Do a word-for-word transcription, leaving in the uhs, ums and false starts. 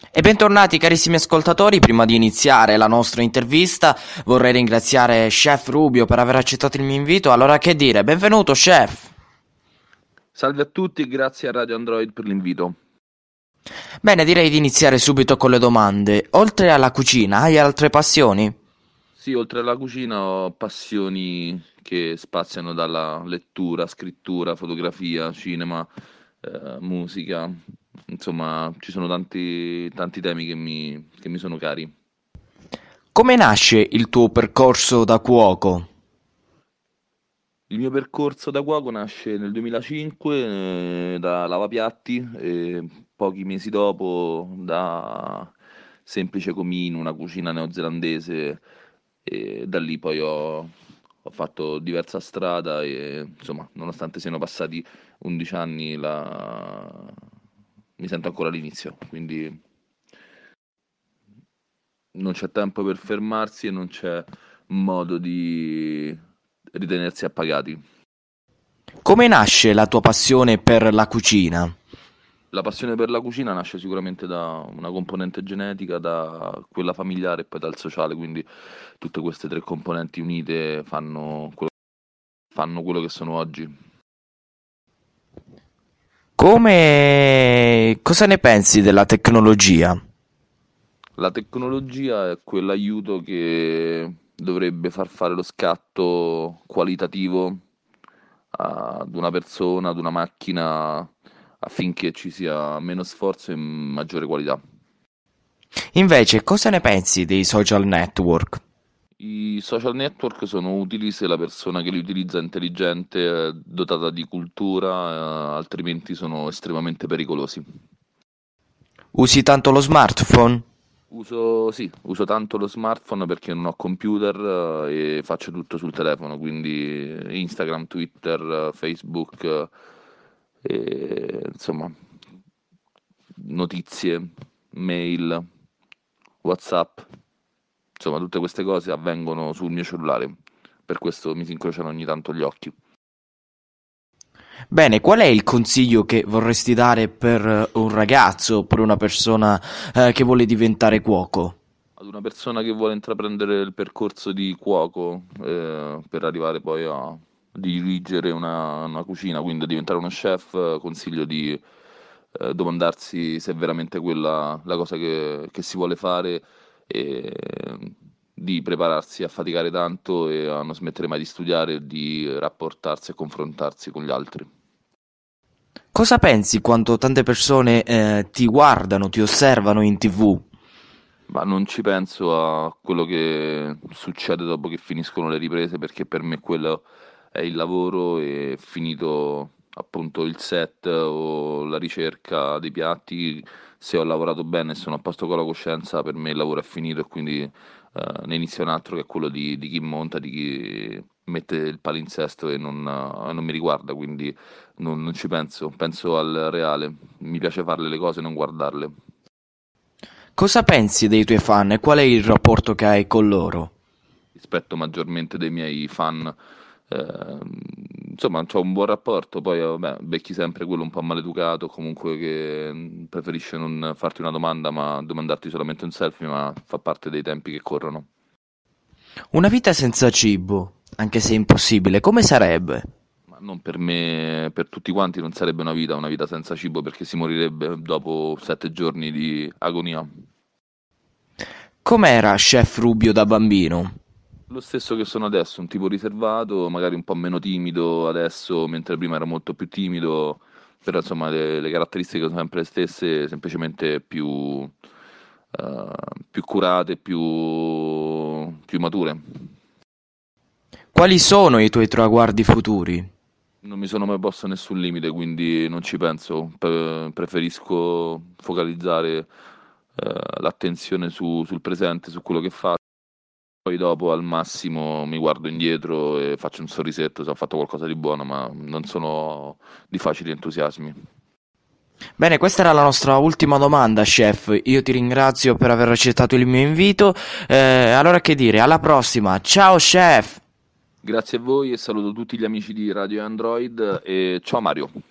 E bentornati carissimi ascoltatori, prima di iniziare la nostra intervista vorrei ringraziare Chef Rubio per aver accettato il mio invito, allora che dire, benvenuto Chef! Salve a tutti e grazie a Radio Android per l'invito. Bene, direi di iniziare subito con le domande. Oltre alla cucina, hai altre passioni? Sì, oltre alla cucina ho passioni che spaziano dalla lettura, scrittura, fotografia, cinema, eh, musica, insomma ci sono tanti, tanti temi che mi, che mi sono cari. Come nasce il tuo percorso da cuoco? Il mio percorso da cuoco nasce nel duemilacinque eh, da lavapiatti e pochi mesi dopo da semplice comino, una cucina neozelandese e da lì poi ho, ho fatto diversa strada e insomma, nonostante siano passati undici anni, la... mi sento ancora all'inizio, quindi non c'è tempo per fermarsi e non c'è modo di ritenersi appagati. Come nasce la tua passione per la cucina? La passione per la cucina nasce sicuramente da una componente genetica, da quella familiare e poi dal sociale, quindi tutte queste tre componenti unite fanno quello, fanno quello che sono oggi. Come... cosa ne pensi della tecnologia? La tecnologia è quell'aiuto che dovrebbe far fare lo scatto qualitativo ad una persona, ad una macchina, affinché ci sia meno sforzo e maggiore qualità. Invece, cosa ne pensi dei social network? I social network sono utili se la persona che li utilizza è intelligente, è dotata di cultura, eh, altrimenti sono estremamente pericolosi. Usi tanto lo smartphone? Uso, sì, uso tanto lo smartphone perché non ho computer eh, e faccio tutto sul telefono, quindi Instagram, Twitter, eh, Facebook, eh, e, insomma, notizie, mail, WhatsApp, insomma, tutte queste cose avvengono sul mio cellulare, per questo mi si incrociano ogni tanto gli occhi. Bene, qual è il consiglio che vorresti dare per un ragazzo, per una persona eh, che vuole diventare cuoco? Ad una persona che vuole intraprendere il percorso di cuoco eh, per arrivare poi a dirigere una, una cucina, quindi a diventare uno chef, eh, consiglio di eh, domandarsi se è veramente quella la cosa che, che si vuole fare e di prepararsi a faticare tanto e a non smettere mai di studiare e di rapportarsi e confrontarsi con gli altri. Cosa pensi quando tante persone eh, ti guardano, ti osservano in tivù? Ma non ci penso a quello che succede dopo che finiscono le riprese, perché per me quello è il lavoro e finito appunto il set o la ricerca dei piatti, se ho lavorato bene e sono a posto con la coscienza, per me il lavoro è finito e quindi eh, ne inizia un altro che è quello di, di chi monta, di chi mette il palinsesto e non, eh, non mi riguarda, quindi non, non ci penso, penso al reale, mi piace farle le cose e non guardarle. Cosa pensi dei tuoi fan e qual è il rapporto che hai con loro? Rispetto maggiormente dei miei fan. Eh, insomma, c'ho un buon rapporto, poi vabbè, becchi sempre quello un po' maleducato, comunque che mm, preferisce non farti una domanda, ma domandarti solamente un selfie, ma fa parte dei tempi che corrono. Una vita senza cibo, anche se impossibile, come sarebbe? Ma non per me, per tutti quanti non sarebbe una vita, una vita senza cibo, perché si morirebbe dopo sette giorni di agonia. Com'era Chef Rubio da bambino? Lo stesso che sono adesso, un tipo riservato, magari un po' meno timido adesso, mentre prima era molto più timido, però insomma le, le caratteristiche sono sempre le stesse, semplicemente più, eh, più curate, più, più mature. Quali sono i tuoi traguardi futuri? Non mi sono mai posto nessun limite, quindi non ci penso. Pre- preferisco focalizzare eh, l'attenzione su- sul presente, su quello che faccio. Poi dopo al massimo mi guardo indietro e faccio un sorrisetto se ho fatto qualcosa di buono, ma non sono di facili entusiasmi. Bene, questa era la nostra ultima domanda, chef. Io ti ringrazio per aver accettato il mio invito. Eh, allora che dire, alla prossima. Ciao, chef! Grazie a voi e saluto tutti gli amici di Radio Android e ciao Mario.